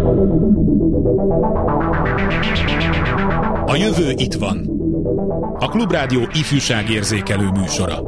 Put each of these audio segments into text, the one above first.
A jövő itt van. A Klubrádió ifjúságérzékelő műsora.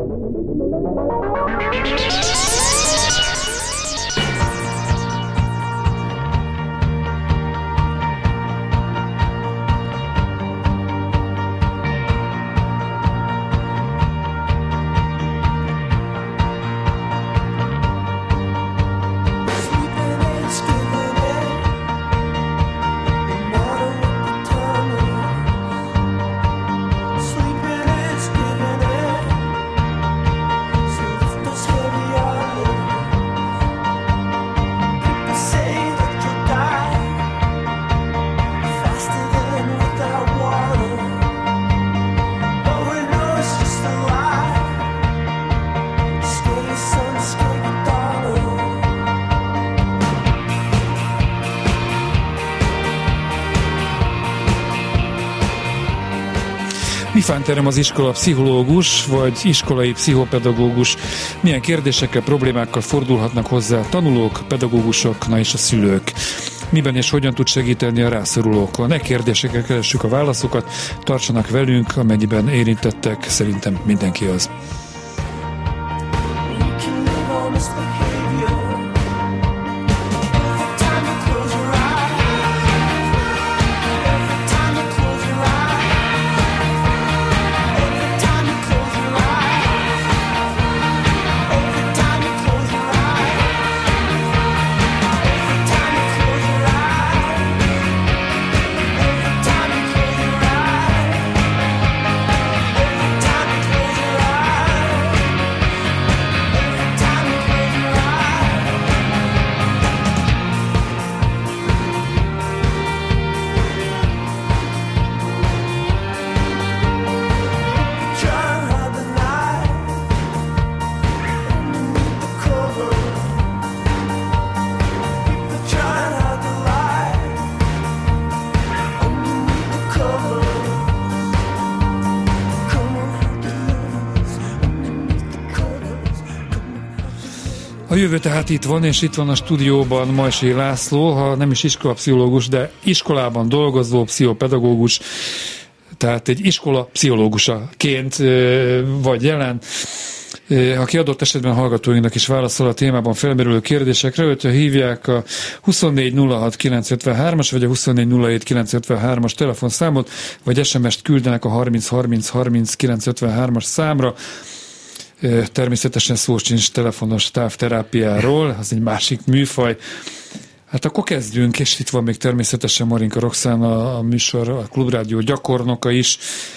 Mifánterem az iskola pszichológus, vagy iskolai pszichopedagógus. Milyen kérdésekkel, problémákkal fordulhatnak hozzá a tanulók, pedagógusok, na és a szülők. Miben és hogyan tud segíteni a rászorulókon? Ne kérdésekkel keressük a válaszokat, tartsanak velünk, amennyiben érintettek, szerintem mindenki az. A jövő tehát itt van, és itt van a stúdióban Majsi László, ha nem is iskolapszichológus, de iskolában dolgozó pszichopedagógus, tehát egy iskola pszichológusaként vagy jelen, aki adott esetben hallgatóinknak is válaszol a témában felmerülő kérdésekre, hogyha hívják a 2406953-as vagy a 2407953-as telefonszámot, vagy SMS-t küldenek a 30303953-as számra. Természetesen szó sincs telefonos távterápiáról, az egy másik műfaj. Hát akkor kezdjünk, és itt van még természetesen Marinka Roxana, a műsor, a Klubrádió gyakornoka is.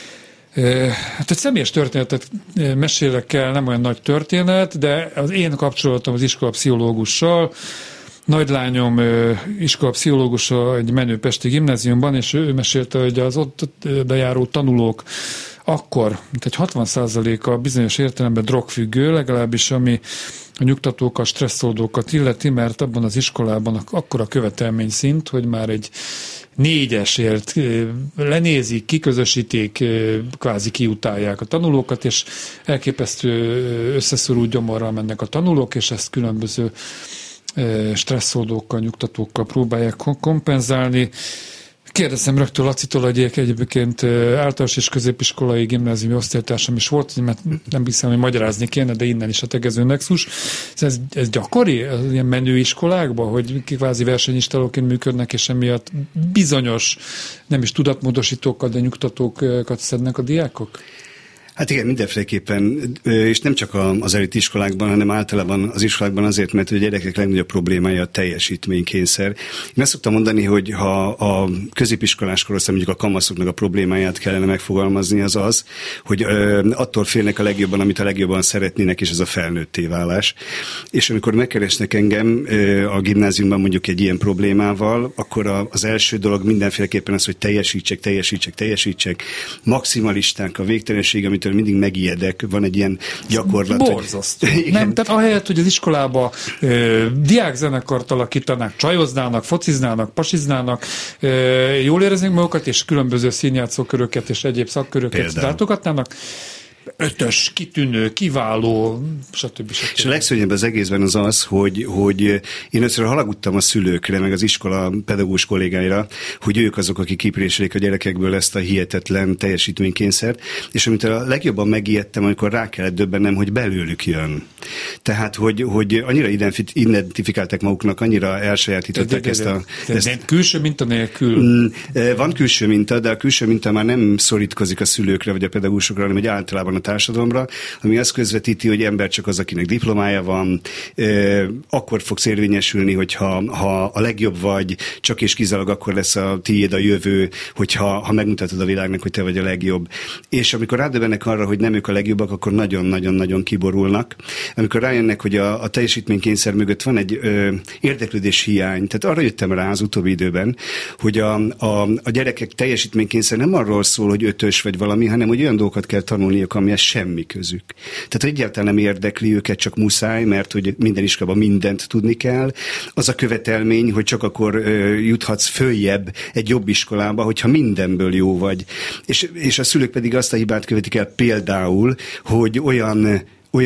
Hát egy személyes történetet mesélek el, nem olyan nagy történet, de az én kapcsolatom az iskolapszichológussal, nagylányom iskolapszichológusa egy menő pesti gimnáziumban, és ő mesélte, hogy az ott bejáró tanulók akkor, mint egy 60%-a bizonyos értelemben drogfüggő, legalábbis ami a nyugtatókat, stresszoldókat illeti, mert abban az iskolában akkor a követelményszint, hogy már egy 4-esért lenézik, kiközösítik, kvázi kiutálják a tanulókat, és elképesztő összeszorult gyomorral mennek a tanulók, és ezt különböző stresszoldókkal, nyugtatókkal próbálják kompenzálni. Kérdezem rögtön Lacitól, hogy egyébként általános és középiskolai gimnáziumi osztálytársam is volt, mert nem hiszem, hogy magyarázni kéne, de innen is a tegező nexus. Ez gyakori az ilyen menő iskolákban, hogy kvázi versenyistállóként működnek, és emiatt bizonyos, nem is tudatmódosítókat, de nyugtatókat szednek a diákok? Hát igen, mindenféleképpen, és nem csak az elit iskolákban, hanem általában az iskolákban azért, mert a gyerekek legnagyobb problémája a teljesítménykényszer. Én azt szoktam mondani, hogy ha a középiskolás korosztály mondjuk a kamaszoknak a problémáját kellene megfogalmazni, az az, hogy attól félnek a legjobban, amit a legjobban szeretnének, és ez a felnőtté válás. És amikor megkeresnek engem a gimnáziumban mondjuk egy ilyen problémával, akkor az első dolog mindenféleképpen az, hogy teljesítsek, maximalisták, a végtelenség, amit mindig megijedek, van egy ilyen gyakorlat. Borzasztó. Nem, tehát ahelyett, hogy az iskolába diákzenekart alakítanák, csajoznának, fociznának, pasiznának, jól éreznék magukat, és különböző színjátszóköröket és egyéb szakköröket látogatnának, ötös, kitűnő, kiváló, stb. És a legszörnyebb az egészben az, hogy én összör halagudtam a szülőkre, meg az iskola pedagógus kollégáira, hogy ők azok, akik kipréselik a gyerekekből ezt a hihetetlen teljesítménykényszert, és amit a legjobban megijedtem, amikor rá kellett döbbennem, hogy belőlük jön. Tehát, hogy annyira identifikálták maguknak, annyira elsajátították ezt a... Külső minta nélkül? Van külső minta, de a külső minta már nem szorítkozik a szülőkre vagy a pedagógusokra, hanem egy általában a társadalomra, ami azt közvetíti, hogy ember csak az, akinek diplomája van, akkor fogsz érvényesülni, hogyha a legjobb vagy, csak és kizárólag akkor lesz a tiéd a jövő, hogyha megmutatod a világnak, hogy te vagy a legjobb. És amikor rádöbbennek arra, hogy nem ők a legjobbak, akkor nagyon-nagyon-nagyon kiborulnak. Amikor rájönnek, hogy a teljesítménykényszer mögött van egy érdeklődés hiány. Tehát arra jöttem rá az utóbbi időben, hogy a gyerekek teljesítménykényszer nem arról szól, hogy ötös vagy valami, hanem hogy olyan dolgokat kell tanulniuk, amihez semmi közük. Tehát egyáltalán nem érdekli őket, csak muszáj, mert hogy minden iskolában mindent tudni kell. Az a követelmény, hogy csak akkor juthatsz följebb egy jobb iskolába, hogyha mindenből jó vagy. És a szülők pedig azt a hibát követik el például, hogy olyan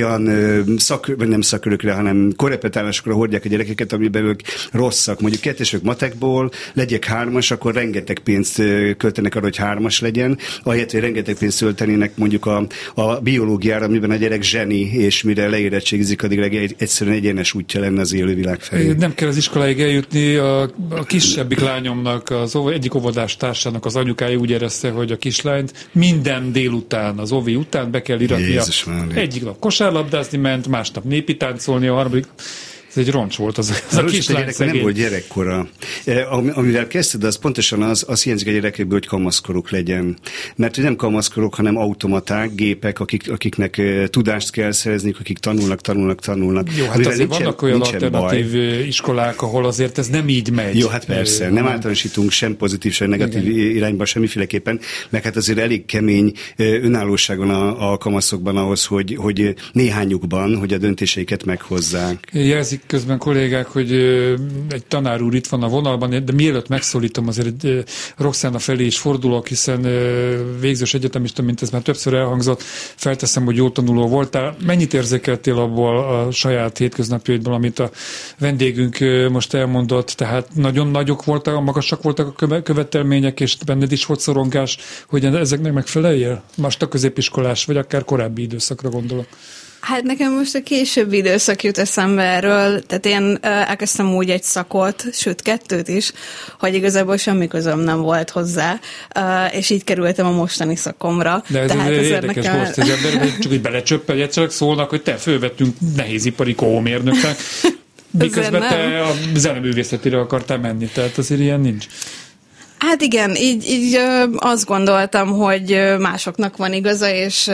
nem szakörökre, hanem korrepetálásokra hordják a gyerekeket, amiben ők rosszak. Mondjuk 2-esök matekból, legyek 3-as, akkor rengeteg pénzt költenek arra, hogy 3-as legyen, ahelyett, hogy rengeteg pénzt költenének mondjuk a biológiára, amiben a gyerek zseni, és mire leérettségizik, addig egyszerűen egyenes útja lenne az élővilág felé. Nem kell az iskoláig eljutni. A kisebbik lányomnak, az egyik óvodás társának az anyukája úgy érezte, hogy a kislányt minden délután, az óvi után be kell iratnia. Egyik nap kosárlabdázni ment, másnap népi táncolni, a harmadik... Ez egy roncs volt az a kislány szegény. Nem volt gyerekkora. Amivel kezdted, az pontosan az hiányzik a gyerekekből, hogy kamaszkoruk legyen. Mert hogy nem kamaszkorok, hanem automaták, gépek, akiknek tudást kell szerezni, akik tanulnak. Jó, hát azért vannak olyan alternatív iskolák, ahol azért ez nem így megy. Jó, hát persze. Nem általánosítunk sem pozitív, sem negatív irányba semmiféleképpen, meg hát azért elég kemény önállóságon a kamaszokban ahhoz, hogy néhányukban, hogy a döntéseiket meghozzák. Jelzik közben kollégák, hogy egy tanár úr itt van a vonalban, de mielőtt megszólítom, azért Roxana felé is fordulok, hiszen végzős egyetemista, mint ez már többször elhangzott, felteszem, hogy jó tanuló voltál. Mennyit érzékeltél abból a saját hétköznapjaidból, amit a vendégünk most elmondott, tehát nagyon nagyok voltak, magasak voltak a követelmények, és benned is volt szorongás, hogy ezeknek megfeleljél? Most a középiskolás, vagy akár korábbi időszakra gondolok. Hát nekem most a későbbi időszak jut eszembe erről, tehát én elkezdtem úgy egy szakot, sőt 2 is, hogy igazából semmi közöm nem volt hozzá, és így kerültem a mostani szakomra. De ez érdekes nekem... most, az ember csak így belecsöppel, egyszerűen szólnak, hogy te fölvettünk nehézipari kómérnöknek, miközben te a zeneművészetére akartál menni, tehát azért ilyen nincs. Hát igen, így azt gondoltam, hogy másoknak van igaza,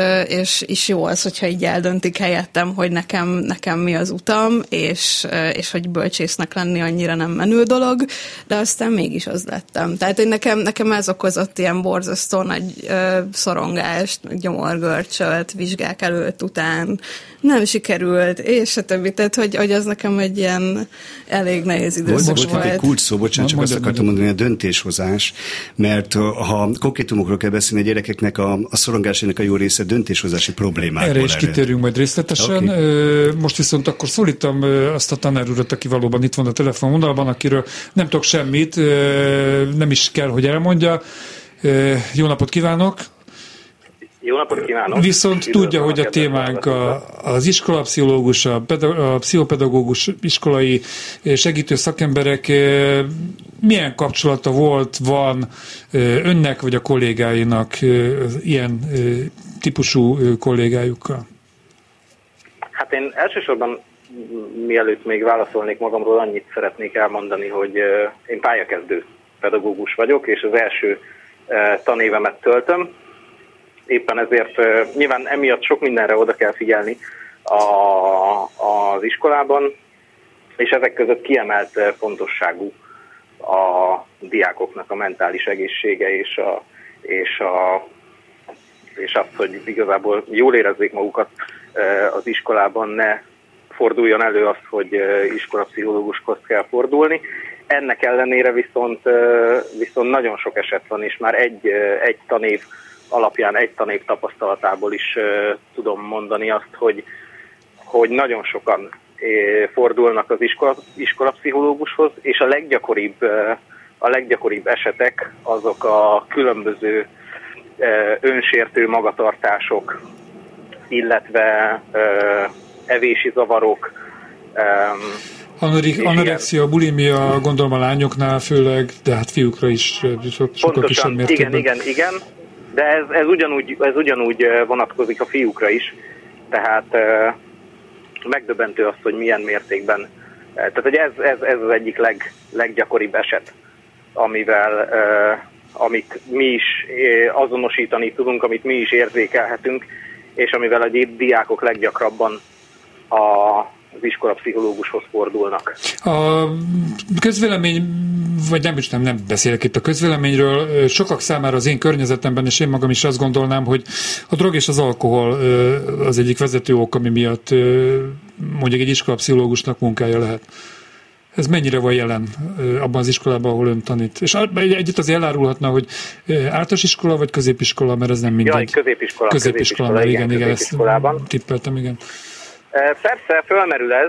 és jó az, hogyha így eldöntik helyettem, hogy nekem mi az utam, és hogy bölcsésznek lenni annyira nem menő dolog, de aztán mégis az lettem. Tehát, hogy nekem ez okozott ilyen borzasztó nagy szorongást, gyomorgörcsöt, vizsgák előtt, után nem sikerült, és a többi. Tehát, hogy az nekem egy ilyen elég nehéz időszak volt. Volt egy kulcs szó, bocsánat, csak azt akartam mondani, a döntéshozás, mert ha konkrétumokról kell beszélni, a gyerekeknek a szorongásának a jó része döntéshozási problémákból. Erre is kitérünk majd részletesen. Okay. Most viszont akkor szólítom azt a tanár urat, aki valóban itt van a telefonvonalban, akiről nem tudok semmit, nem is kell, hogy elmondja. Jó napot kívánok! Jó napot kívánok! Viszont tudja, hogy a témánk az iskolapszichológus, a pszichopedagógus, iskolai segítő szakemberek. Milyen kapcsolata van önnek vagy a kollégáinak ilyen típusú kollégájukkal? Hát én elsősorban, mielőtt még válaszolnék magamról, annyit szeretnék elmondani, hogy én pályakezdő pedagógus vagyok, és az első tanévemet töltöm. Éppen ezért nyilván emiatt sok mindenre oda kell figyelni az iskolában, és ezek között kiemelt fontosságú a diákoknak a mentális egészsége és az, hogy igazából jól érezzék magukat az iskolában, ne forduljon elő az, hogy iskolapszichológushoz kell fordulni. Ennek ellenére viszont nagyon sok eset van, és már egy tanév alapján, egy tanév tapasztalatából is tudom mondani azt, hogy nagyon sokan fordulnak az iskolapszichológushoz, és a leggyakoribb esetek azok a különböző önsértő magatartások, illetve evési zavarok. Anorexia, bulimia, gondolom a lányoknál főleg, de hát fiúkra is sokkal kisebb mértékben. Igen, de ez ugyanúgy vonatkozik a fiúkra is, tehát megdöbbentő az, hogy milyen mértékben. Tehát hogy ez az egyik leggyakoribb eset, amit mi is azonosítani tudunk, amit mi is érzékelhetünk, és amivel a diákok leggyakrabban az iskolapszichológushoz fordulnak. A közvélemény, vagy nem beszélek itt a közvéleményről, sokak számára az én környezetemben, és én magam is azt gondolnám, hogy a drog és az alkohol az egyik vezető ok, ami miatt mondjuk egy iskolapszichológusnak munkája lehet. Ez mennyire van jelen abban az iskolában, ahol ön tanít? És együtt azért elárulhatna, hogy általános iskola vagy középiskola, mert ez nem mindegy. Jaj, középiskola, igen, ezt tippeltem, igen. Persze, fölmerül ez,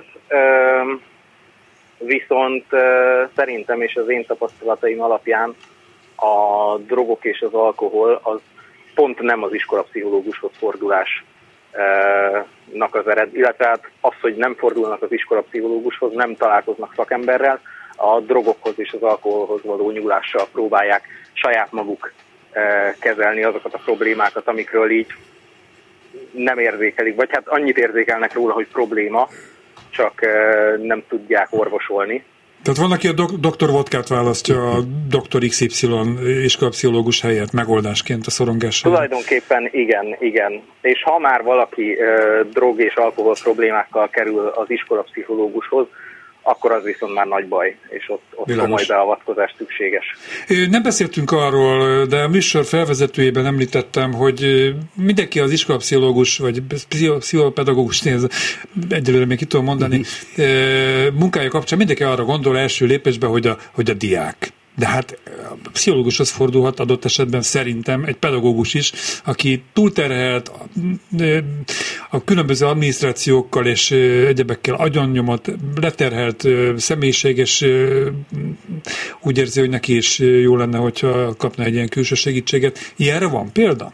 viszont szerintem és az én tapasztalataim alapján a drogok és az alkohol az pont nem az iskolapszichológushoz fordulásnak az illetve hát az, hogy nem fordulnak az iskolapszichológushoz, nem találkoznak szakemberrel, a drogokhoz és az alkoholhoz való nyúlással próbálják saját maguk kezelni azokat a problémákat, amikről így nem érzékelik, vagy hát annyit érzékelnek róla, hogy probléma, csak nem tudják orvosolni. Tehát van, aki a doktor vodkát választja a doktor XY iskolapszichológus helyett megoldásként a szorongásra. Tulajdonképpen igen. És ha már valaki drog és alkohol problémákkal kerül az iskolapszichológushoz, akkor az viszont már nagy baj, és ott komoly beavatkozás szükséges. Nem beszéltünk arról, de a műsor felvezetőjében említettem, hogy mindenki az iskolapszichológus, vagy pszichopedagógus, egyelőre még ki tudom mondani, munkája kapcsán mindenki arra gondol első lépésben, hogy a diák. De hát a pszichológushoz fordulhat adott esetben szerintem egy pedagógus is, aki túlterhelt a különböző adminisztrációkkal és egyebekkel agyonnyomott, leterhelt személyiség, és úgy érzi, hogy neki is jó lenne, hogyha kapna egy ilyen külső segítséget. Ilyenre van példa?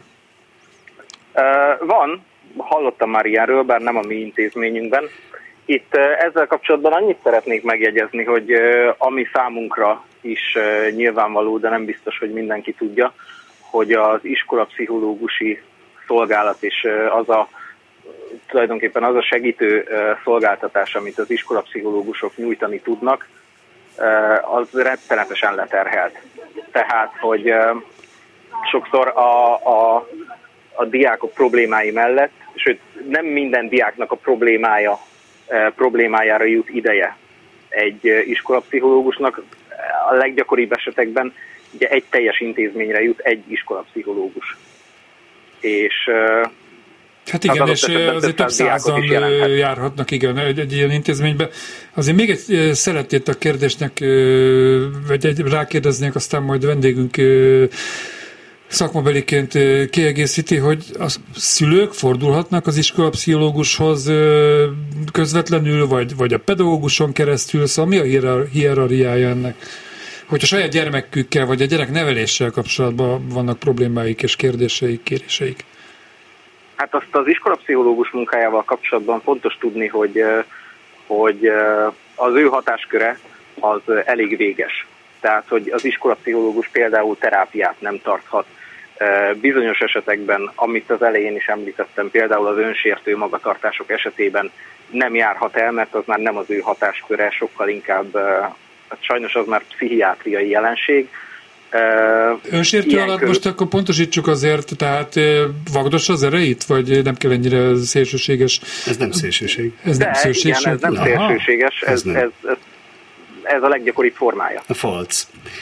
Van. Hallottam már ilyenről, bár nem a mi intézményünkben. Itt ezzel kapcsolatban annyit szeretnék megjegyezni, hogy ami számunkra is nyilvánvaló, de nem biztos, hogy mindenki tudja, hogy az iskolapszichológusi szolgálat és tulajdonképpen az a segítő szolgáltatás, amit az iskolapszichológusok nyújtani tudnak, az rettenetesen leterhelt. Tehát, hogy sokszor a diákok problémái mellett, sőt nem minden diáknak a problémájára jut ideje egy iskolapszichológusnak. A leggyakoribb esetekben ugye egy teljes intézményre jut egy iskolapszichológus. És hát igen, és azért több százan járhatnak egy ilyen intézménybe. Azért még egy szeletét a kérdésnek, vagy rákérdeznék, aztán majd vendégünk szakmabeliként kiegészíti, hogy a szülők fordulhatnak az iskolapszichológushoz közvetlenül, vagy a pedagóguson keresztül, szóval mi a hierarchiája ennek? Hogyha saját gyermekükkel, vagy a gyerek neveléssel kapcsolatban vannak problémáik és kérdéseik, kéréseik? Hát azt az iskolapszichológus munkájával kapcsolatban fontos tudni, hogy az ő hatásköre az elég véges. Tehát, hogy az iskolapszichológus például terápiát nem tarthat. Bizonyos esetekben, amit az elején is említettem, például az önsértő magatartások esetében nem járhat el, mert az már nem az ő hatásköre, sokkal inkább, sajnos az már pszichiátriai jelenség. Önsértő alatt most akkor pontosítsuk azért, tehát vagdos az erejét, vagy nem kell ennyire szélsőséges? Ez nem szélsőség. Ez nem szélsőséges, ez a leggyakoribb formája. A falc.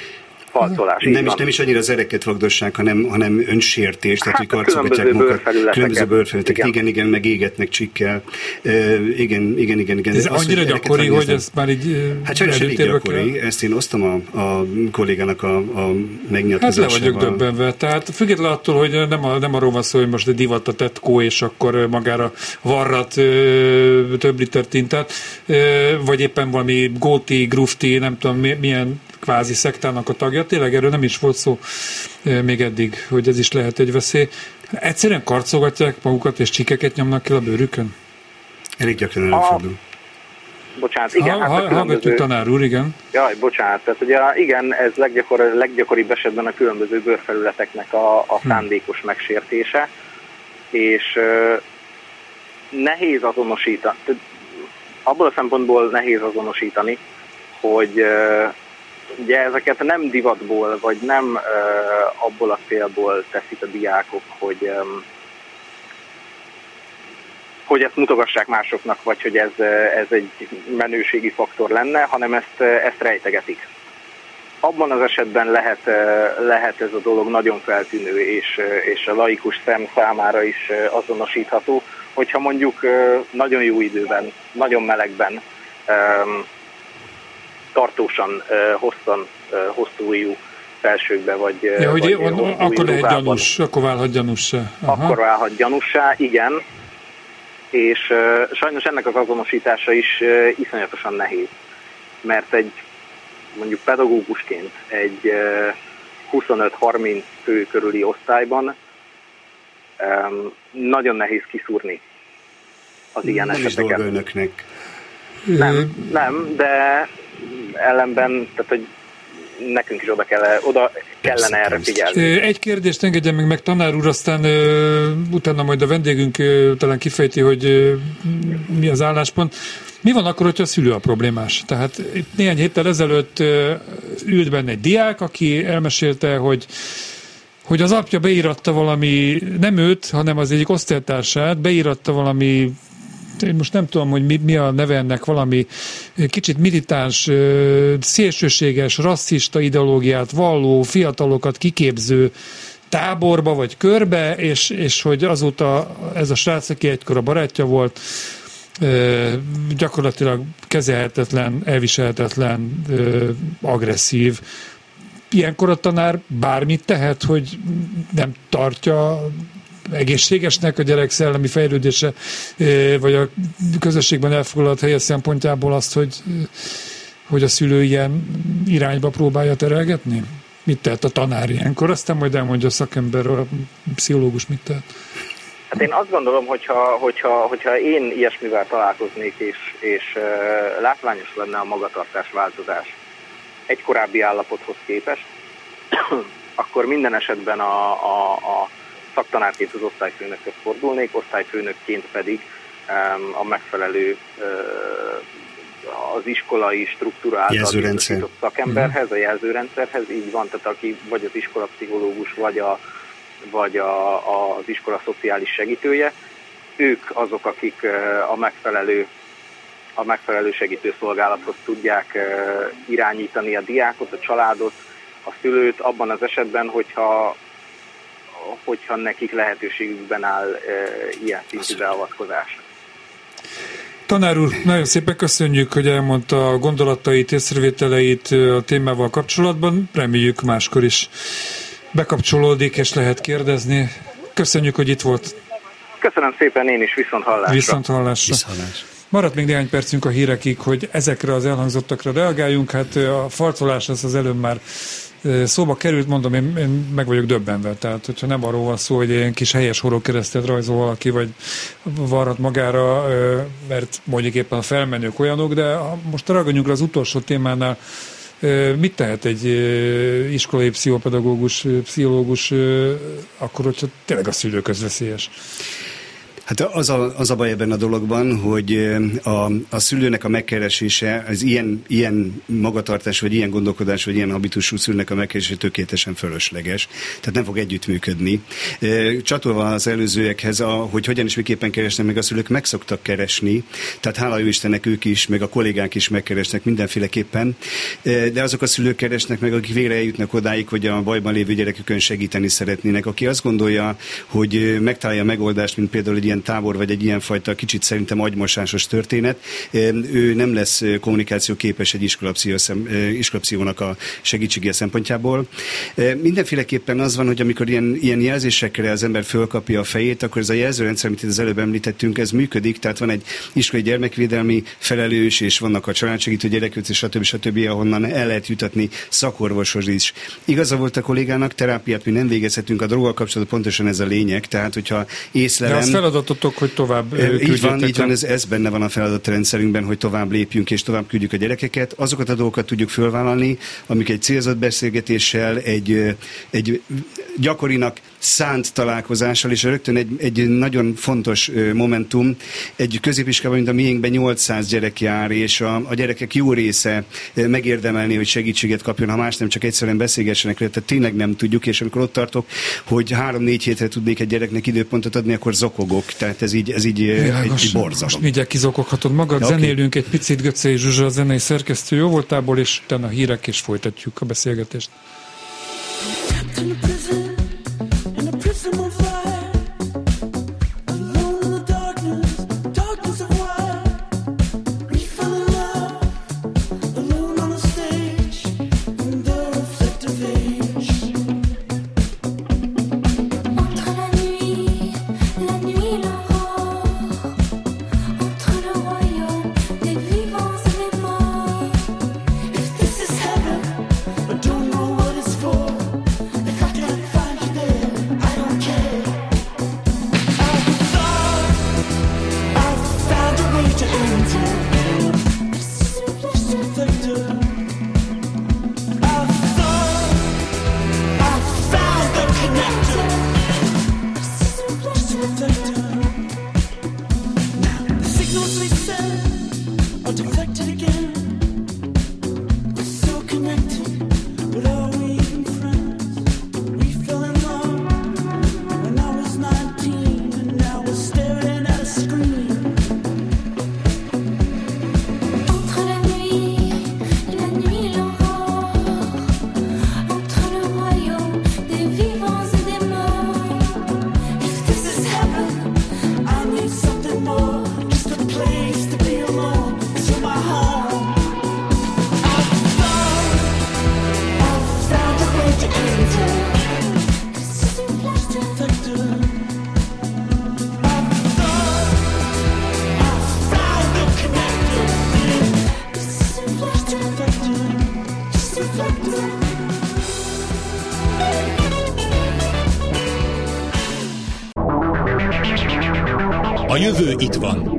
falcolás. Nem is annyira az ereket vagdossák, hanem önsértés, tehát hogy karcolgatják magukat. Különböző bőrfelületek. Igen, meg égetnek csikkel. Igen. Ez annyira gyakori, hogy ez már így hát sajnos elég gyakori. Ezt én osztom a kollégának a megnyilatkozásával. Hát le vagyok döbbenve. Tehát függetlenül attól, hogy nem arról van szó, hogy most egy divat a tetkó, és akkor magára varrat több liter tintát, vagy éppen valami góti, grufti, nem tudom milyen kvázi szektának a tagja. Tényleg erről nem is volt szó még eddig, hogy ez is lehet egy veszély. Egyszerűen karcolgatják magukat, és csikeket nyomnak ki a bőrükön? Elég gyakran előfordul. Bocsánat, igen. Hallgatjuk, tanár úr, igen. Jaj, bocsánat. Tehát ugye igen, ez leggyakoribb esetben a különböző bőrfelületeknek a szándékos megsértése, és nehéz azonosítani. Abból a szempontból nehéz azonosítani, hogy ugye ezeket nem divatból, vagy nem abból a célból teszik a diákok, hogy ezt mutogassák másoknak, vagy hogy ez egy menőségi faktor lenne, hanem ezt rejtegetik. Abban az esetben lehet ez a dolog nagyon feltűnő, és a laikus szem számára is azonosítható, hogyha mondjuk nagyon jó időben, nagyon melegben, tartósan, hosszú ujjú felsőkbe, vagy akkor lehet gyanús, akkor válhat gyanússá. Akkor válhat gyanússá, igen. És sajnos ennek az azonosítása is iszonyatosan nehéz. Mert mondjuk pedagógusként egy 25-30 fő körüli osztályban nagyon nehéz kiszúrni az ilyen eseteket. Önöknek. Nem, de ellenben, tehát hogy nekünk is oda kellene erre figyelni. Egy kérdést engedjen meg tanár úr, aztán utána majd a vendégünk talán kifejti, hogy mi az álláspont. Mi van akkor, hogyha a szülő a problémás? Tehát itt néhány héttel ezelőtt ült benne egy diák, aki elmesélte, hogy az apja beíratta valami, nem őt, hanem az egyik osztálytársát, beíratta valami, én most nem tudom, hogy mi a neve ennek, valami kicsit militáns, szélsőséges, rasszista ideológiát valló, fiatalokat kiképző táborba vagy körbe, és hogy azóta ez a srác, aki egykor a barátja volt, gyakorlatilag kezelhetetlen, elviselhetetlen, agresszív. Ilyenkor a tanár bármit tehet, hogy nem tartja egészségesnek a gyerek szellemi fejlődése, vagy a közösségben elfoglalt helye szempontjából azt, hogy a szülő ilyen irányba próbálja terelgetni? Mit tehet a tanár ilyenkor? Aztán majd elmondja a szakember, a pszichológus mit tehet. Hát én azt gondolom, hogyha én ilyesmivel találkoznék, és látványos lenne a magatartás változás egy korábbi állapothoz képest, akkor minden esetben a szaktanárként az osztályfőnökhöz fordulnék, osztályfőnökként pedig a megfelelő az iskolai struktúra által biztosított szakemberhez, a jelzőrendszerhez, így van, tehát aki vagy az iskolapszichológus, vagy az iskola szociális segítője, ők azok, akik a megfelelő segítőszolgálathoz tudják irányítani a diákot, a családot, a szülőt abban az esetben, hogyha nekik lehetőségükben áll ilyen szintű beavatkozás. Tanár úr, nagyon szépen köszönjük, hogy elmondta a gondolatait, észrevételeit a témával kapcsolatban. Reméljük máskor is bekapcsolódik, és lehet kérdezni. Köszönjük, hogy itt volt. Köszönöm szépen, én is, viszonthallásra. Viszonthallásra. Maradt még néhány percünk a hírekig, hogy ezekre az elhangzottakra reagáljunk. Hát a farcolás az előbb már szóba került, mondom, én meg vagyok döbbenve. Tehát, hogyha nem arról van szó, hogy ilyen kis helyes horogkeresztet rajzol valaki, vagy varrat magára, mert mondjuk éppen a felmenők olyanok, de most ragadjunk az utolsó témánál. Mit tehet egy iskolai pszichopedagógus, pszichológus akkor, hogyha tényleg a szülő közveszélyes? Hát az a baj ebben a dologban, hogy a szülőnek a megkeresése, az ilyen magatartás, vagy ilyen gondolkodás, vagy ilyen habitusú szülőnek a megkeresése tökéletesen fölösleges. Tehát nem fog együttműködni. Csatolva az előzőekhez, hogy hogyan is miképpen keresnek meg a szülők, meg szoktak keresni. Tehát hála jó Istennek ők is, meg a kollégák is megkeresnek mindenféleképpen. De azok a szülők keresnek meg, akik végre eljutnak odáig, hogy a bajban lévő gyerekükön segíteni szeretnének. Aki azt gondolja, hogy megtalálja a megoldást, mint például egy ilyen tábor, vagy egy ilyenfajta kicsit szerintem agymosásos történet, ő nem lesz kommunikációképes egy iskolapszichónak a segítsége szempontjából. Mindenféleképpen az van, hogy amikor ilyen jelzésekre az ember fölkapja a fejét, akkor ez a jelzőrendszer, amit az előbb említettünk, ez működik, tehát van egy iskolai gyermekvédelmi felelős, és vannak a családsegítő gyerekök, és stb., ahonnan el lehet jutatni szakorvoshoz is. Igaza volt a kollégának, terápiát mi nem végezhetünk, a droggal kapcsolatban pontosan ez a lényeg, tehát hogyha észlelem... De az feladatotok, hogy tovább így van, ez benne van a feladatrendszerünkben, hogy tovább lépjünk és tovább küldjük a gyerekeket. Azokat a dolgokat tudjuk fölvállalni, amik egy célzott beszélgetéssel, egy gyakorinak szánt találkozással, és rögtön egy nagyon fontos momentum, egy középiskolában, mint a miénkben 800 gyerek jár, és a gyerekek jó része megérdemelni, hogy segítséget kapjon, ha más nem, csak egyszerűen beszélgessenek, tehát tényleg nem tudjuk, és amikor ott tartok, hogy 3-4 hétre tudnék egy gyereknek időpontot adni, akkor zokogok, tehát ez így egy borzalom. Most mindjárt kizokoghatod magad, zenélünk egy picit, Göcsei Zsuzsa, a zenei szerkesztő jó voltából, és utána a hírek, és folytatjuk a beszélgetést. A jövő itt van.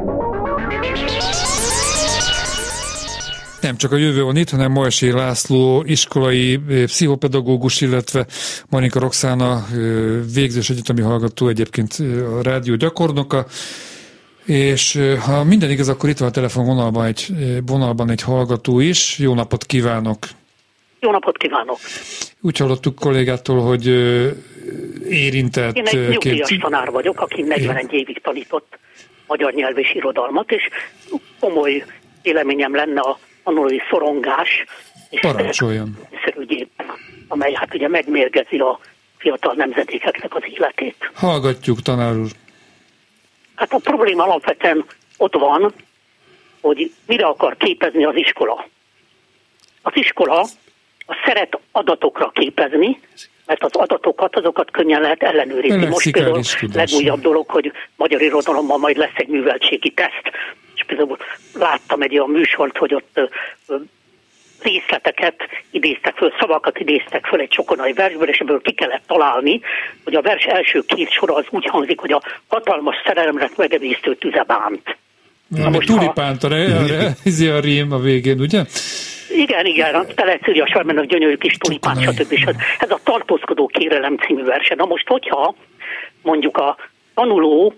Nem csak a jövő van itt, hanem Majsi László iskolai pszichopedagógus, illetve Marinka Roxana végzős egyetemi hallgató, egyébként a rádió gyakornoka. És ha minden igaz, akkor itt van a telefonvonalban egy hallgató is. Jó napot kívánok! Jó napot kívánok! Úgy hallottuk kollégától, hogy érintett... Én egy nyugdíjas tanár vagyok, aki 41 évig tanított magyar nyelv és irodalmat, és komoly véleményem lenne a tanulói szorongás és ügyében, amely hát ugye megmérgezi a fiatal nemzedékeknek az életét. Hallgatjuk, tanár úr. Hát a probléma alapvetően ott van, hogy mire akar képezni az iskola. Az iskola szeret adatokra képezni, mert az adatokat, azokat könnyen lehet ellenőrizni. Most például legújabb dolog, hogy magyar irodalomban majd lesz egy műveltségi teszt. És például láttam egy olyan műsort, hogy ott részleteket idéztek föl, szavakat idéztek föl egy csokonai versből, és ebből ki kellett találni, hogy a vers első két sora az úgy hangzik, hogy a hatalmas szerelemre megemésztő tüze bánt. Tulipánt a rím a végén, ugye? Igen, Telecíria Sarmának gyönyörű kis tulipán, stb. Ez a tartózkodó kérelem című verse. Na most, hogyha mondjuk a tanuló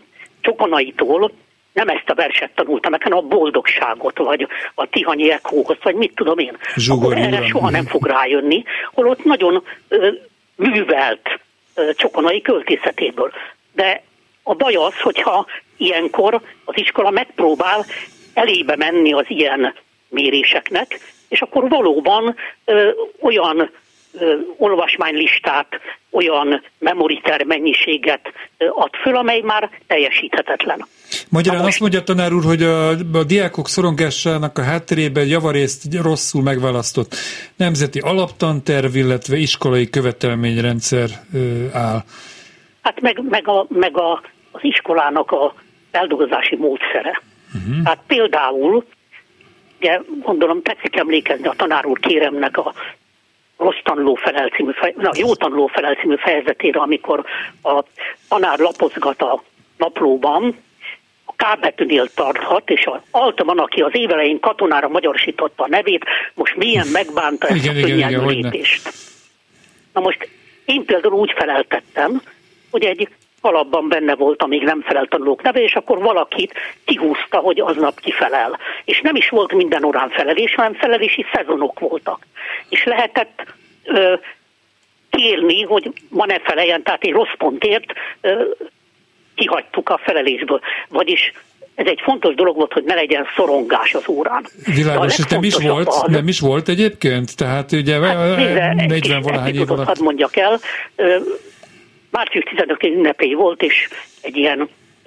Csokonaitól nem ezt a verset tanultam, hanem a boldogságot, vagy a Tihanyi Ekhóhoz, vagy mit tudom én. Akkor erre soha nem fog rájönni, holott nagyon művelt Csokonai költészetéből. De a baj az, hogyha ilyenkor az iskola megpróbál elébe menni az ilyen méréseknek, és akkor valóban olyan olvasmánylistát, olyan memoriter mennyiséget ad föl, amely már teljesíthetetlen. Magyarán azt mondja tanár úr, hogy a diákok szorongásának a hátterében javarészt rosszul megválasztott nemzeti alaptanterv, illetve iskolai követelményrendszer áll. Hát meg az iskolának a feldolgozási módszere. Hát például, ugye gondolom tetszik emlékezni a tanár úr kéremnek a jó tanuló felel című fejezetére, amikor a tanár lapozgat a naplóban, a K betűnél tarthat, és az Altman, aki az évelején katonára magyarosította a nevét, most milyen megbánta ezt a könnyelmű lépést. Na most én például úgy feleltettem, hogy egy alapban benne volt, amíg nem felelt tanulók neve, és akkor valakit kihúzta, hogy aznap kifelel. És nem is volt minden órán felelés, hanem felelési szezonok voltak. És lehetett kérni, hogy ma ne feleljen, tehát egy rossz pontért kihagytuk a felelésből. Vagyis ez egy fontos dolog volt, hogy ne legyen szorongás az órán. Világos, nem is volt egyébként? Tehát ugye 40-valahány év alatt. Hadd mondjak el, március 15 ünnepély volt, és egy ilyen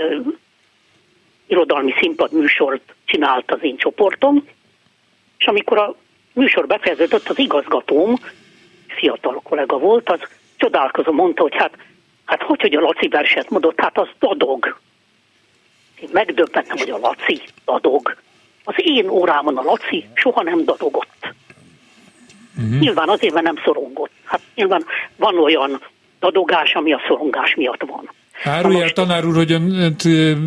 irodalmi színpad műsort csinált az én csoportom, és amikor a műsor befejeződött, az igazgatóm, fiatal kollega volt, az csodálkozó mondta, hogy hát hogy a Laci verset mondott, hát az dadog. Én megdöbbentem, hogy a Laci dadog. Az én órámon a Laci soha nem dadogott. Nyilván azért, mert nem szorongott. Hát nyilván van olyan dadogás, ami a szorongás miatt van. Árulja tanár úr, hogy önt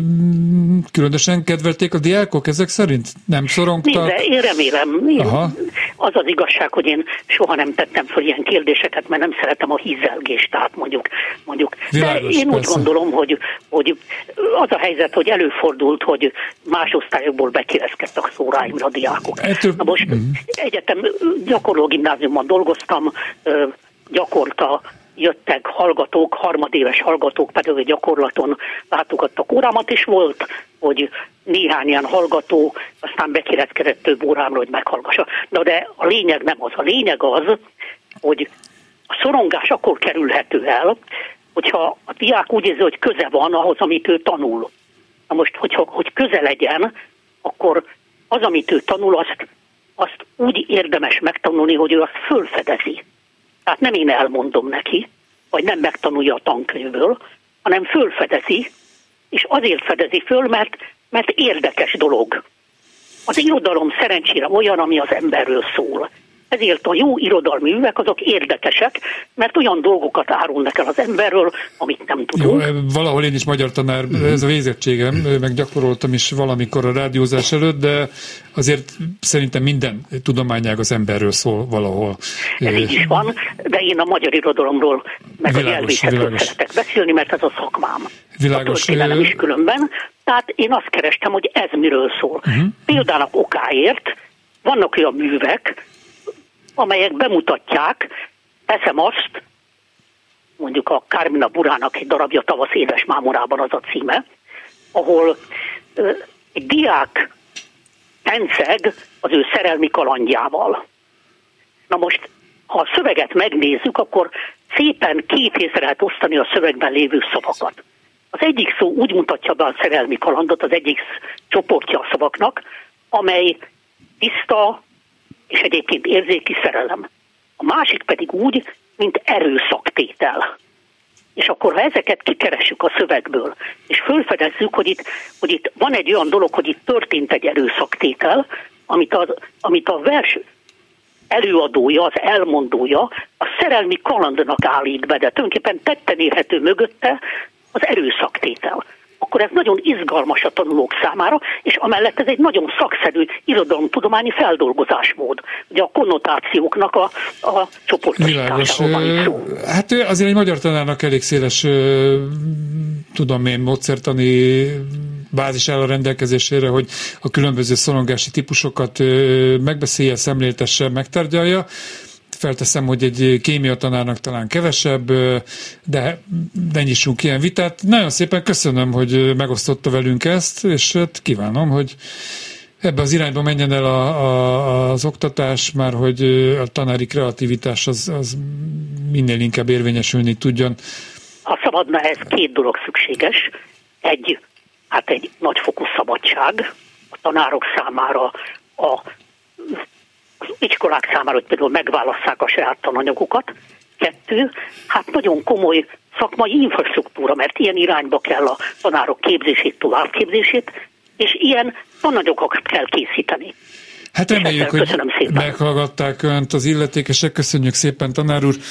különösen kedvelték a diákok ezek szerint? Nem szorongtak? De én remélem. Az az igazság, hogy én soha nem tettem fel ilyen kérdéseket, mert nem szeretem a hízelgést, tehát mondjuk. Világos, de én úgy gondolom, hogy az a helyzet, hogy előfordult, hogy más osztályokból bekérezkedtek a óráimra a diákok. Na most egyetem gyakorló gimnáziumban dolgoztam, gyakorta jöttek hallgatók, harmadéves hallgatók, pedig a gyakorlaton látogattak órámat, és volt, hogy néhány ilyen hallgató aztán bekérezkedett több órámra, hogy meghallgassa. De a lényeg nem az. A lényeg az, hogy a szorongás akkor kerülhető el, hogyha a diák úgy érzi, hogy köze van ahhoz, amit ő tanul. Na most, hogy köze legyen, akkor az, amit ő tanul, azt úgy érdemes megtanulni, hogy ő azt fölfedezi. Tehát nem én elmondom neki, vagy nem megtanulja a tankönyvből, hanem fölfedezi, és azért fedezi föl, mert érdekes dolog. Az irodalom szerencsére olyan, ami az emberről szól. Ezért a jó irodalmi művek azok érdekesek, mert olyan dolgokat árulnak el az emberről, amit nem tudunk. Jó, valahol én is magyar tanár, ez a végzettségem, meg gyakoroltam is valamikor a rádiózás előtt, de azért szerintem minden tudományág az emberről szól valahol. Ez így is van, de én a magyar irodalomról, meg a nyelvészetről szeretek beszélni, mert ez a szakmám. Világos. A történelem is különben. Tehát én azt kerestem, hogy ez miről szól. Például okáért vannak olyan művek, amelyek bemutatják, teszem azt, mondjuk a Kármina Burának egy darabja Tavasz édes mámorában az a címe, ahol egy diák tenceg az ő szerelmi kalandjával. Na most, ha a szöveget megnézzük, akkor szépen két részre lehet osztani a szövegben lévő szavakat. Az egyik szó úgy mutatja be a szerelmi kalandot, az egyik csoportja a szavaknak, amely tiszta, és egyébként érzéki szerelem. A másik pedig úgy, mint erőszaktétel. És akkor, ha ezeket kikeressük a szövegből, és felfedezzük, hogy itt van egy olyan dolog, hogy itt történt egy erőszaktétel, amit a vers előadója, az elmondója a szerelmi kalandnak állít be, de tulajdonképpen tetten érhető mögötte az erőszaktétel. Akkor ez nagyon izgalmas a tanulók számára, és amellett ez egy nagyon szakszerű irodalomtudományi feldolgozásmód. Ugye a konnotációknak a csoportosításáról van szó. Hát azért egy magyar tanárnak elég széles tudom én, módszertani bázis áll a rendelkezésére, hogy a különböző szorongási típusokat megbeszélje, szemléltesse, megtárgyalja. Felteszem, hogy egy kémia tanárnak talán kevesebb, de ne nyissunk ilyen vitát. Nagyon szépen köszönöm, hogy megosztotta velünk ezt, és hát kívánom, hogy ebbe az irányba menjen el az oktatás, már hogy a tanári kreativitás az minél inkább érvényesülni tudjon. Ha szabadna, ez két dolog szükséges. Egy nagyfokú szabadság a tanárok számára, az iskolák számára, hogy például megválasszák a saját tananyagokat. 2, nagyon komoly szakmai infrastruktúra, mert ilyen irányba kell a tanárok képzését, továbbképzését, és ilyen tananyagokat kell készíteni. Hát reméljük, hogy meghallgatták Önt az illetékesek. Köszönjük szépen, tanár úr.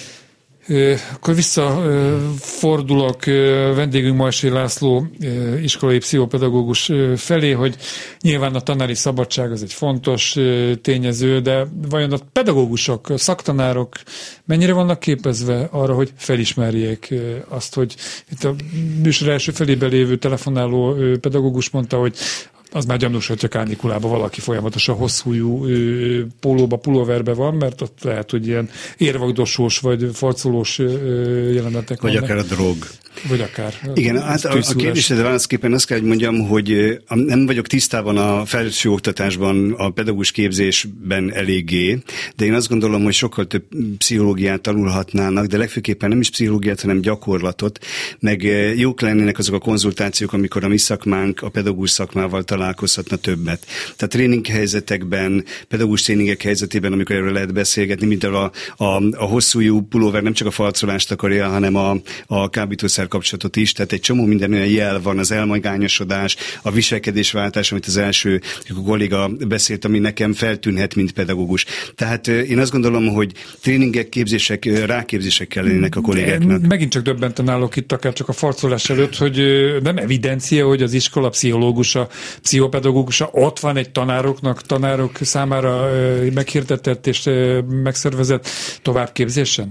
Akkor visszafordulok vendégünk Majsé László iskolai pszichopedagógus felé, hogy nyilván a tanári szabadság az egy fontos tényező, de vajon a pedagógusok, szaktanárok mennyire vannak képezve arra, hogy felismerjék azt, hogy itt a műsor első felében lévő telefonáló pedagógus mondta, hogy az már gyanús, hogyha kánikulában valaki folyamatosan hosszújú pólóba, pulóverbe van, mert ott lehet, hogy ilyen érvagdosós vagy farcolós jelenetek vagy vannak. Akár a drog. Vagy akár. Igen, hát a kérdésedre válaszképpen azt kell, hogy mondjam, hogy nem vagyok tisztában a felső oktatásban, a pedagógus képzésben eléggé, de én azt gondolom, hogy sokkal több pszichológiát tanulhatnának, de legfőképpen nem is pszichológiát, hanem gyakorlatot, meg jók lennének azok a konzultációk, amikor a mi szakmánk a pedagógus szakmával találkozhatna többet. Tehát tréninghelyzetekben, pedagógus tréningek helyzetében, amikor erről lehet beszélgetni, mint a hosszújú pulóver nem csak a farcolást akarja, hanem a kábítószer kapcsolatot is, tehát egy csomó minden olyan jel van, az elmagányosodás, a viselkedésváltás, amit az első kolléga beszélt, ami nekem feltűnhet, mint pedagógus. Tehát én azt gondolom, hogy tréningek, képzések, ráképzések kellenének a kollégáknak. Megint csak döbbenten állok itt, akár csak a farcolás előtt, hogy nem evidencia, hogy az iskola pszichológusa, pszichopedagógusa ott van egy tanárok számára meghirdetett és megszervezett továbbképzésen?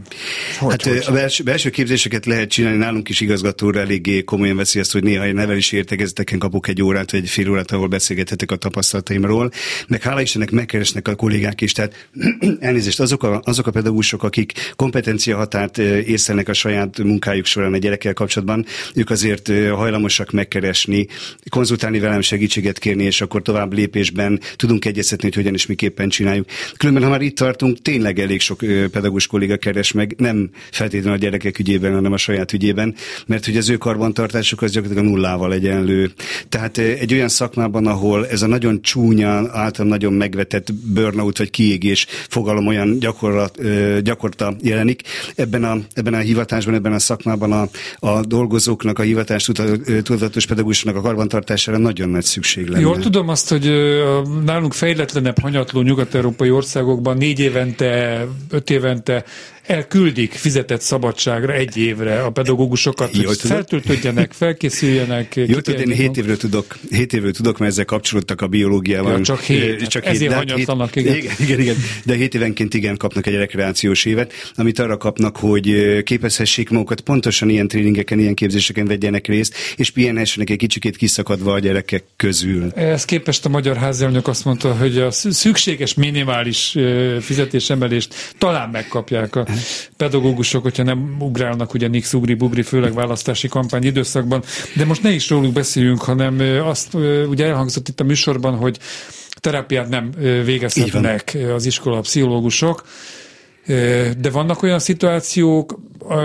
A belső képzéseket lehet csinálni, nálunk is igazgatóra eléggé komolyan veszi ezt, hogy néha egy nevelési értekezeteken kapok egy órát, vagy egy fél órát, ahol beszélgethetek a tapasztalataimról, meg hála Istennek megkeresnek a kollégák is, tehát elnézést, azok a pedagógusok, akik kompetenciahatárt észlelnek a saját munkájuk során a gyerekkel kapcsolatban, ők azért hajlamosak megkeresni, konzultálni velem, segítséget kérni, és akkor tovább lépésben tudunk egyeztetni, hogy hogyan és miképpen csináljuk. Különben, ha már itt tartunk, tényleg elég sok pedagógus kolléga keres meg, nem feltétlenül a gyerekek ügyében, hanem a saját ügyében, mert hogy az ő karbantartásuk az gyakorlatilag nullával egyenlő. Tehát egy olyan szakmában, ahol ez a nagyon csúnya, általán nagyon megvetett burnout vagy kiégés fogalom olyan gyakorta jelenik, ebben a hivatásban, ebben a szakmában a dolgozóknak, a hivatás tudatos pedagógusnak a karbantartására nagyon nagy szükség lenne. Jól tudom azt, hogy nálunk fejletlenebb, hanyatló nyugat-európai országokban 4 évente, 5 évente elküldik fizetett szabadságra 1 évre a pedagógusokat, hogy feltöltődjenek, felkészüljenek. Jó, én 7 évről tudok, mert ezzel kapcsolódtak a biológiával. Ja, csak 7. Ezért hanyatlanak, igen. De 7 évenként igen kapnak egy rekreációs évet, amit arra kapnak, hogy képezhessék magukat, pontosan ilyen tréningeken, ilyen képzéseken vegyenek részt, és pihenhessenek egy kicsikét kiszakadva a gyerekek közül. Ehhez képest a magyar házelnök azt mondta, hogy a szükséges minimális fizetésemelést talán megkapják a pedagógusok, hogyha nem ugrálnak ugye nix ugri-bugri, főleg választási kampány időszakban. De most ne is róluk beszéljünk, hanem azt ugye elhangzott itt a műsorban, hogy terápiát nem végezhetnek az iskola pszichológusok, de vannak olyan szituációk,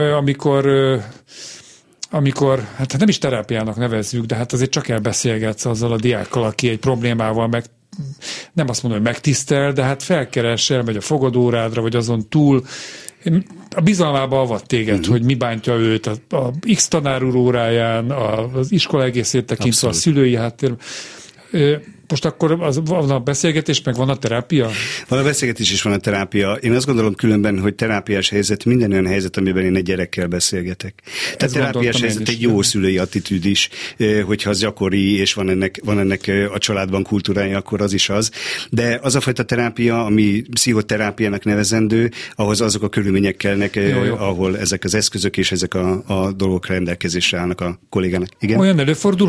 amikor, hát nem is terápiának nevezzük, de hát azért csak elbeszélgetsz azzal a diákkal, aki egy problémával nem azt mondom, hogy megtisztel, de hát felkeres, elmegy a fogadórádra, vagy azon túl, a bizalmába avat téged, hogy mi bántja őt a X tanár úr óráján, az iskola egészét tekintve, a szülői háttér. most akkor van a beszélgetés, meg van a terápia? Van a beszélgetés és van a terápia. Én azt gondolom különben, hogy terápiás helyzet minden olyan helyzet, amiben én egy gyerekkel beszélgetek. Tehát terápiás helyzet egy jó szülői attitűd is, hogyha az gyakori, és van ennek a családban kultúrája, akkor az is az. De az a fajta terápia, ami pszichoterápiának nevezendő, ahhoz azok a körülmények kellnek, ahol ezek az eszközök és ezek a dolgok rendelkezésre állnak a kollégának. Igen? Olyan előfordul,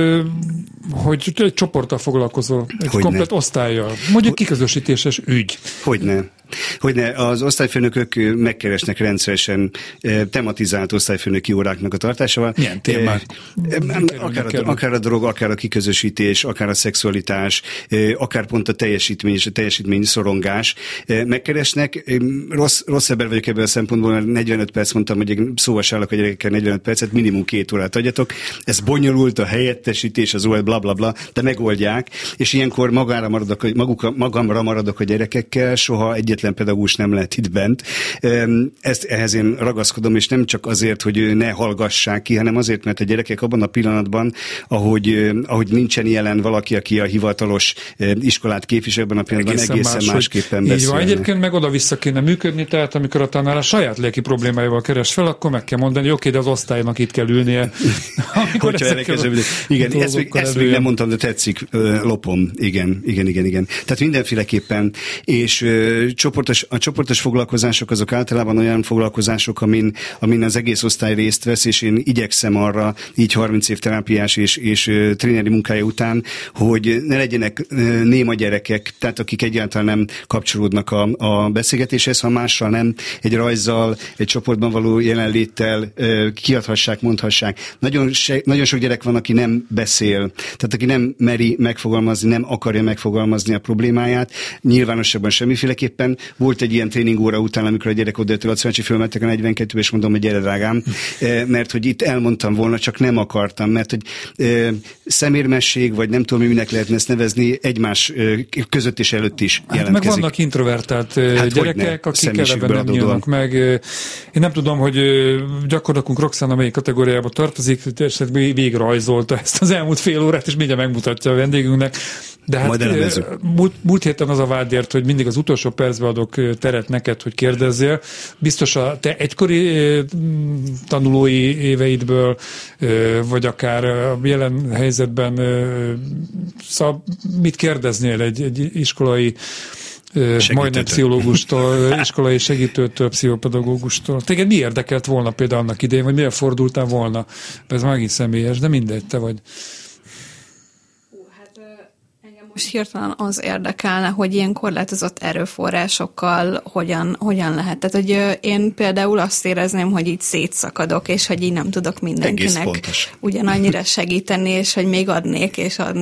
hogy egy csoporttal foglalkozol, egy komplet osztállyal. Mondjuk kiközösítéses ügy. Hogyne, az osztályfőnökök megkeresnek rendszeresen tematizált osztályfőnöki óráknak a tartásával. Milyen témák? Akár a drog, akár a kiközösítés, akár a szexualitás, akár pont a teljesítmény és a teljesítmény szorongás. Megkeresnek. Rossz ember vagyok ebből a szempontból, mert 45 perc mondtam, hogy szóval se állok a gyerekekkel 45 percet, minimum 2 órát adjatok. Ez bonyolult, a helyettesítés, az OL, blablabla, de megoldják, és ilyenkor magamra maradok a gyerekekkel, soha egyetlen pedagógus nem lehet itt bent. Ehhez én ragaszkodom, és nem csak azért, hogy ne hallgassák ki, hanem azért, mert a gyerekek abban a pillanatban, ahogy nincsen jelen valaki, aki a hivatalos iskolát képvisel, ebben a pillanatban egészen másképpen beszélnek. Így van, egyébként meg oda-vissza kéne működni, tehát amikor a tanár a saját lelki problémáival keres fel, akkor meg kell mondani, hogy oké, de az osztálynak itt kell ülnie. Igen, ezt még nem mondtam, de tetszik, lopom. Igen. Tehát mindenféleképpen, és a csoportos foglalkozások azok általában olyan foglalkozások, amin az egész osztály részt vesz, és én igyekszem arra, így 30 év terápiás és tréneri munkája után, hogy ne legyenek néma gyerekek, tehát akik egyáltalán nem kapcsolódnak a beszélgetéshez, ha mással nem, egy rajzzal, egy csoportban való jelenléttel kiadhassák, mondhassák. Nagyon sok gyerek van, aki nem beszél, tehát aki nem meri megfogalmazni, nem akarja megfogalmazni a problémáját, nyilvánosságban semmiféleképpen. Volt egy ilyen tréningóra után, amikor a gyerek odajött, Laci bácsi fölmentek a 42-be, és mondom, hogy gyere drágám, mert hogy itt elmondtam volna, csak nem akartam, mert hogy szemérmesség, vagy nem tudom, minek lehetne ezt nevezni, egymás között és előtt is jelentkezik. Meg vannak introvertált gyerekek, akik eleve nem nyílnak meg. Én nem tudom, hogy gyakorlakunk Roxana melyik kategóriába tartozik, és végrajzolta ezt az elmúlt fél órát, és mindjárt megmutatja a vendégünknek. De hát múlt héten az a vádért, hogy mindig az utolsó percben adok teret neked, hogy kérdezzél. Biztos a te egykori tanulói éveidből, vagy akár a jelen helyzetben, szóval mit kérdeznél egy iskolai majdnem pszichológustól, iskolai segítőtől, pszichopedagógustól. Téged mi érdekelt volna például annak idején, vagy miért fordultál volna? Ez megint személyes, de mindegy, te vagy. Most hirtelen az érdekelne, hogy ilyen korlátozott erőforrásokkal hogyan lehet. Tehát, hogy én például azt érezném, hogy így szétszakadok, és hogy így nem tudok mindenkinek ugyanannyira segíteni, és hogy még adnék,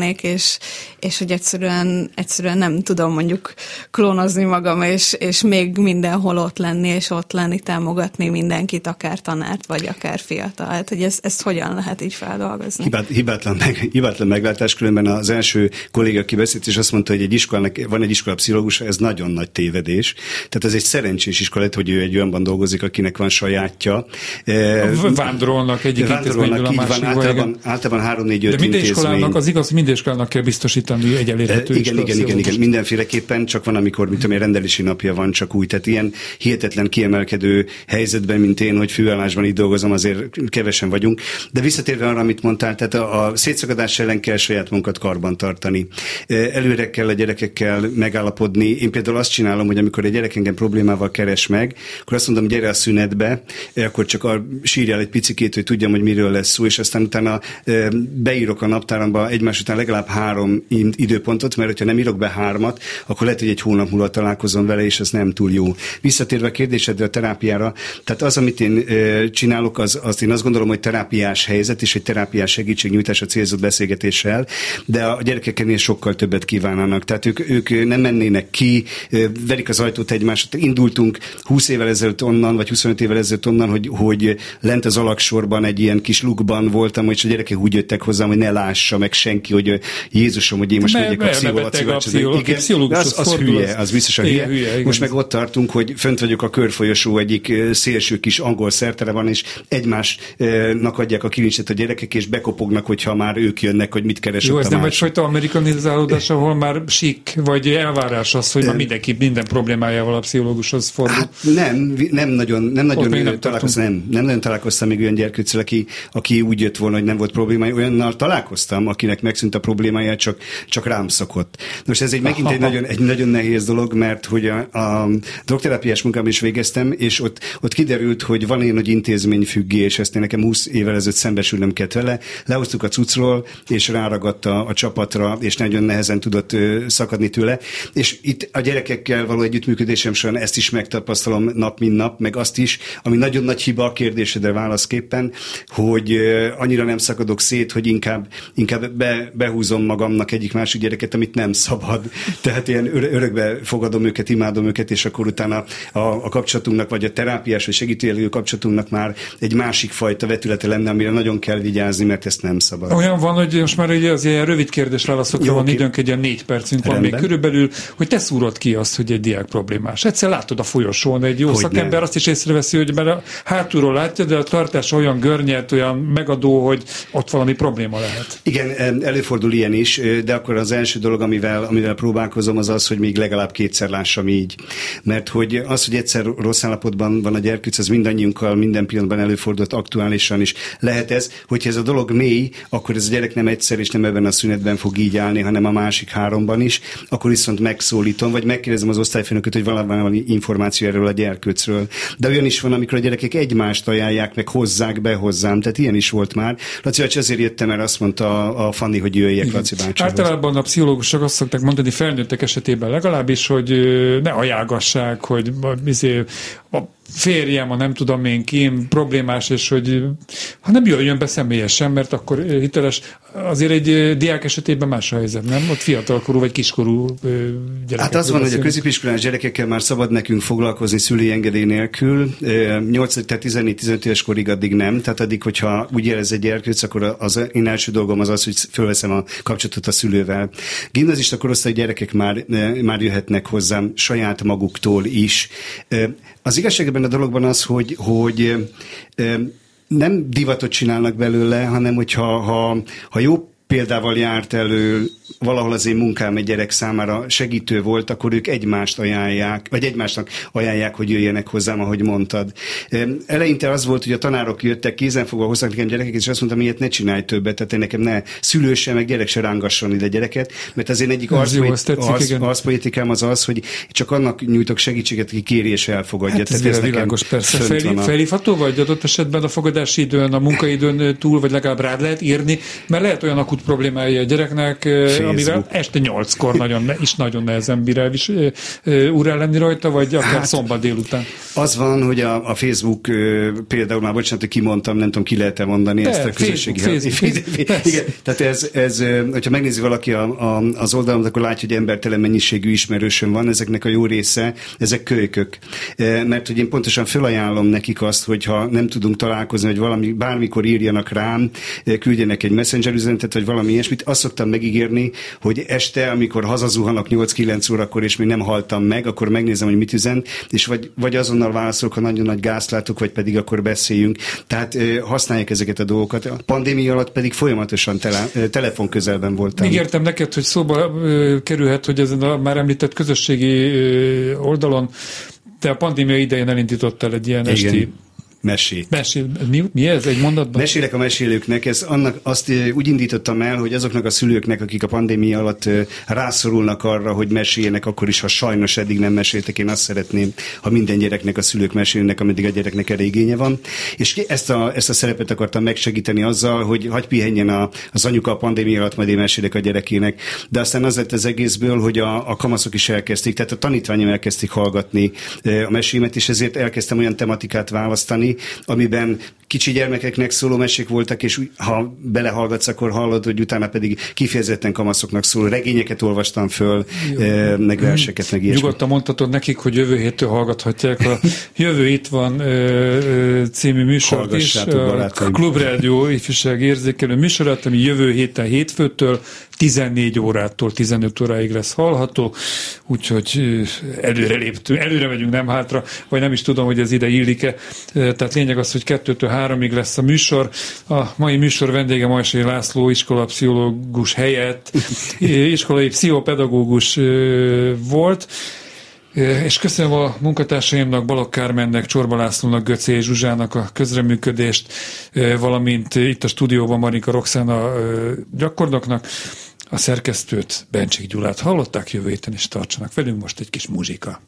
és hogy egyszerűen nem tudom mondjuk klónozni magam, és még mindenhol ott lenni, és ott lenni, támogatni mindenkit, akár tanárt, vagy akár fiatal. Hát, hogy ezt hogyan lehet így feldolgozni? Hibátlan meglátás, különben az első kolléga, aki beszélt, és azt mondta, hogy van egy iskola pszichológusa, ez nagyon nagy tévedés. Tehát ez egy szerencsés iskola, hogy ő egy olyanban dolgozik, akinek van sajátja. Vándorolnak egyik intézményből a másikba. Általában 3-4-5 intézmény. De minden iskolának kell biztosítani egy elérhető Igen, mindenféleképpen, csak van, amikor rendelési napja van, csak úgy. Tehát ilyen hihetetlen kiemelkedő helyzetben, mint én, hogy főállásban így dolgozom, azért kevesen vagyunk. De visszatérve arra, amit mondtál, tehát a szétszakadás ellen kell saját munkat karban tartani. Előre kell a gyerekekkel megállapodni. Én például azt csinálom, hogy amikor egy gyerek engem problémával keres meg, akkor azt mondom, gyere a szünetbe, akkor csak sírjál egy picikét, hogy tudjam, hogy miről lesz szó, és aztán utána beírok a naptáramba egymás után legalább 3 időpontot, mert hogyha nem írok be 3-at, akkor lehet, hogy egy hónap múlva találkozom vele, és ez nem túl jó. Visszatérve a kérdésedre, a terápiára, tehát az, amit én csinálok, azt én azt gondolom, hogy terápiás helyzet, és egy terápiás segítségnyújtás a célzott beszélgetéssel, de a gyerekeknél sokkal többet kívánnának. Tehát ők nem mennének ki, verik az ajtót egymásra. Indultunk 20 évvel ezelőtt onnan, vagy 25 évvel ezelőtt onnan, hogy lent az alagsorban egy ilyen kis lukban voltam, és a gyerekek úgy jöttek hozzám, hogy ne lássa meg senki, hogy Jézusom, hogy én most megyek a pszichológushoz. Az hülye, az biztos a hülye. Most meg ott tartunk, hogy fönt vagyok a körfolyosó egyik szélső kis angol szertere van, és egymásnak adják a kilincset a gyerekek, és bekopognak, hogyha már ők jönnek, hogy mit keres. Jó, ez nem egyfajta amerikanizálódás gondolkodás, ahol már sik, vagy elvárás az, hogy már mindenki minden problémájával a pszichológushoz fordul? Hát nem nagyon találkoztam még olyan gyerkőccel, aki úgy jött volna, hogy nem volt problémája. Olyannal találkoztam, akinek megszűnt a problémája, csak rám szokott. Most ez megint egy nagyon nehéz dolog, mert hogy a drogterápiás munkám is végeztem, és ott kiderült, hogy van ilyen, hogy intézményfüggés, ezt nekem 20 évvel ezelőtt szembesülnem kellett vele, lehoztuk a cuccról, és ráragadt a csapatra, és nagyon nehezen tudott szakadni tőle. És itt a gyerekekkel való együttműködésem során ezt is megtapasztalom nap, mint nap, meg azt is, ami nagyon nagy hiba a kérdésedre válaszképpen, hogy annyira nem szakadok szét, hogy inkább behúzom magamnak egyik-másik gyereket, amit nem szabad. Tehát ilyen örökbe fogadom őket, imádom őket, és akkor utána a kapcsolatunknak, vagy a terápiás, vagy segítőjelő kapcsolatunknak már egy másik fajta vetülete lenne, amire nagyon kell vigyázni, mert ezt nem szabad. Olyan van, hogy most már az ilyen rövid kérdés-válaszokra van időnk, egy ilyen 4 percünk van még körülbelül, hogy te szúrod ki azt, hogy egy diák problémás. Egyszer látod a folyosón, egy jó szakember azt is észreveszi, hogy mert hátulról látja, de a tartás olyan görnyed, olyan megadó, hogy ott valami probléma lehet. Igen, előfordul ilyen is, de akkor az első dolog, amivel próbálkozom, az, hogy még legalább 2-szer lássam így. Mert hogy az, hogy egyszer rossz állapotban van a gyerkőc, az mindannyiunkkal minden pillanatban előfordult, aktuálisan is lehet ez, hogyha ez a dolog mély, akkor ez a gyerek nem egyszer és nem ebben a szünetben fog így állni, hanem a másik 3-ban is, akkor viszont megszólítom, vagy megkérdezem az osztályfőnököt, hogy valami információ erről a gyerkőcről. De olyan is van, amikor a gyerekek egymást ajánlják, meg hozzák be hozzám, tehát ilyen is volt már. Laci bácsi azért jöttem, mert azt mondta a Fanni, hogy jöjjek Laci bácsihoz. Általában a pszichológusok azt szokták mondani, felnőttek esetében legalábbis, hogy ne ajánlgassák, hogy a férjem, a nem tudom én ki, problémás, és hogy nem jöjjön be személyesen, mert akkor hiteles. Azért egy diák esetében más a helyzet, nem? Ott fiatalkorú vagy kiskorú gyerekek. Hát az van, hogy a középiskolás gyerekekkel már szabad nekünk foglalkozni szülői engedély nélkül. 14-15 éves korig addig nem. Tehát addig, hogyha úgy érez egy gyerkőc, akkor én első dolgom az, hogy fölveszem a kapcsolatot a szülővel. Gimnazista korosztály gyerekek már jöhetnek hozzám saját maguktól is. Az igazság ebben a dologban az, hogy nem divatot csinálnak belőle, hanem hogyha jó példával járt elő, valahol az én munkám egy gyerek számára segítő volt, akkor ők egymást ajánlják, vagy egymásnak ajánlják, hogy jöjjenek hozzám, ahogy mondtad. Eleinte az volt, hogy a tanárok jöttek, kézenfogva hoztak nekem gyerekeket, és azt mondtam, ilyet ne csinálj többet, tehát nekem ne szülő sem, meg gyerek se rángasson ide gyereket, mert az én egyik arszpolitikám az, hogy csak annak nyújtok segítséget, aki kéri és elfogadja. Hát ez tehát világos, persze. Felhívható vagy adott esetben a fogadási időn, a munkaidőn túl, vagy legalább rád lehet írni, mert lehet olyan akut problémája a gyereknek, amivel este 8-kor nagyon nehezen bír el úrá lenni rajta, vagy akár szombat délután. Az van, hogy a Facebook például már, bocsánat, hogy kimondtam, nem tudom, ki lehet-e mondani ezt a közösségi. Igen, tehát ez, hogyha megnézi valaki az oldalon, akkor látja, hogy embertelen mennyiségű ismerősöm van, ezeknek a jó része, ezek kölykök. Mert hogy én pontosan felajánlom nekik azt, hogyha nem tudunk találkozni, vagy bármikor írjanak rám, küldjenek egy messenger üzenetet, vagy valami ilyesmit, azt szoktam megígérni, hogy este, amikor hazazuhanok 8-9 órakor, és még nem haltam meg, akkor megnézem, hogy mit üzen, és vagy azonnal válaszolok, ha nagyon nagy gázt látok, vagy pedig akkor beszéljünk. Tehát használják ezeket a dolgokat. A pandémia alatt pedig folyamatosan telefon közelben voltam. Ígértem neked, hogy szóba kerülhet, hogy ezen a már említett közösségi oldalon te a pandémia idején elindítottál egy ilyen esti mesét. Mi ez? Egy mondatban? Mesélek a mesélőknek. Azt úgy indítottam el, hogy azoknak a szülőknek, akik a pandémia alatt rászorulnak arra, hogy meséljenek, akkor is, ha sajnos eddig nem meséltek, én azt szeretném, ha minden gyereknek a szülők mesélnek, ameddig a gyereknek erre igénye van. És ezt a szerepet akartam megsegíteni azzal, hogy hagyj pihenjen az anyuka a pandémia alatt, majd én mesélek a gyerekének. De aztán az lett az egészből, hogy a kamaszok is elkezdték, tehát a tanítványom elkezdték hallgatni a mesémet, és ezért elkezdtem olyan tematikát választani, amiben kicsi gyermekeknek szóló mesék voltak, és ha belehallgatsz, akkor hallod, hogy utána pedig kifejezetten kamaszoknak szóló regényeket olvastam föl, meg verseket, meg ilyesmi. Nyugodtan mondhatod nekik, hogy jövő héttől hallgathatják a Jövő itt van című műsort is. A Klubrádió ifjúság érzékelő műsorát, ami jövő héten hétfőtől 14 órától 15 óráig lesz hallható, úgyhogy előre megyünk, nem hátra, vagy nem is tudom, hogy ez ide illik-e. Tehát lényeg az, hogy 2-től 3-ig lesz a műsor. A mai műsor vendége Majsai László, iskolapszichológus helyett iskolai pszichopedagógus volt. És köszönöm a munkatársaimnak, Balogh Kármennek, Csorba Lászlónak, Göcé Zsuzsának a közreműködést, valamint itt a stúdióban Marinka Roxana gyakornoknak, a szerkesztőt, Bencsik Gyulát hallották, jövő héten is tartsanak velünk, most egy kis muzsika.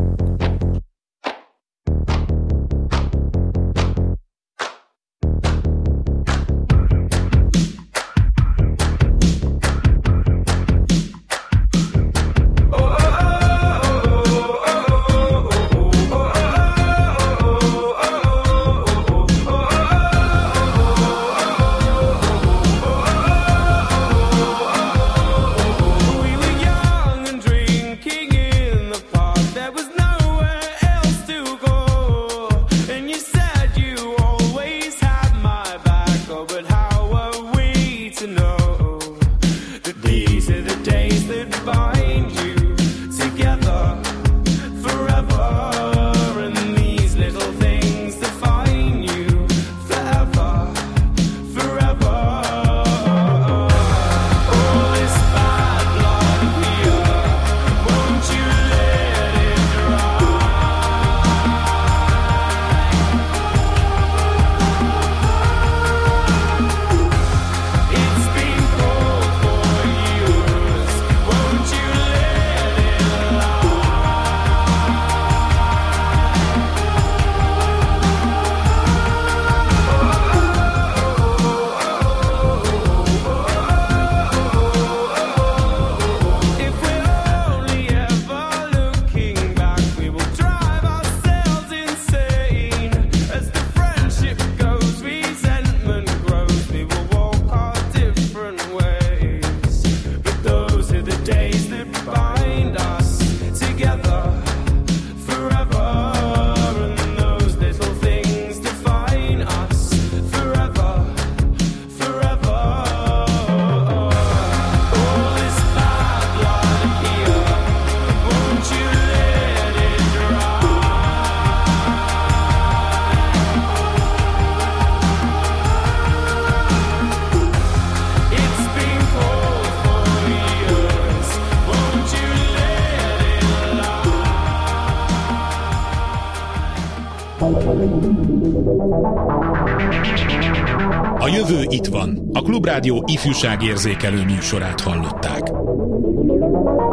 A jövő itt van. A Klubrádió ifjúságérzékelő műsorát hallották.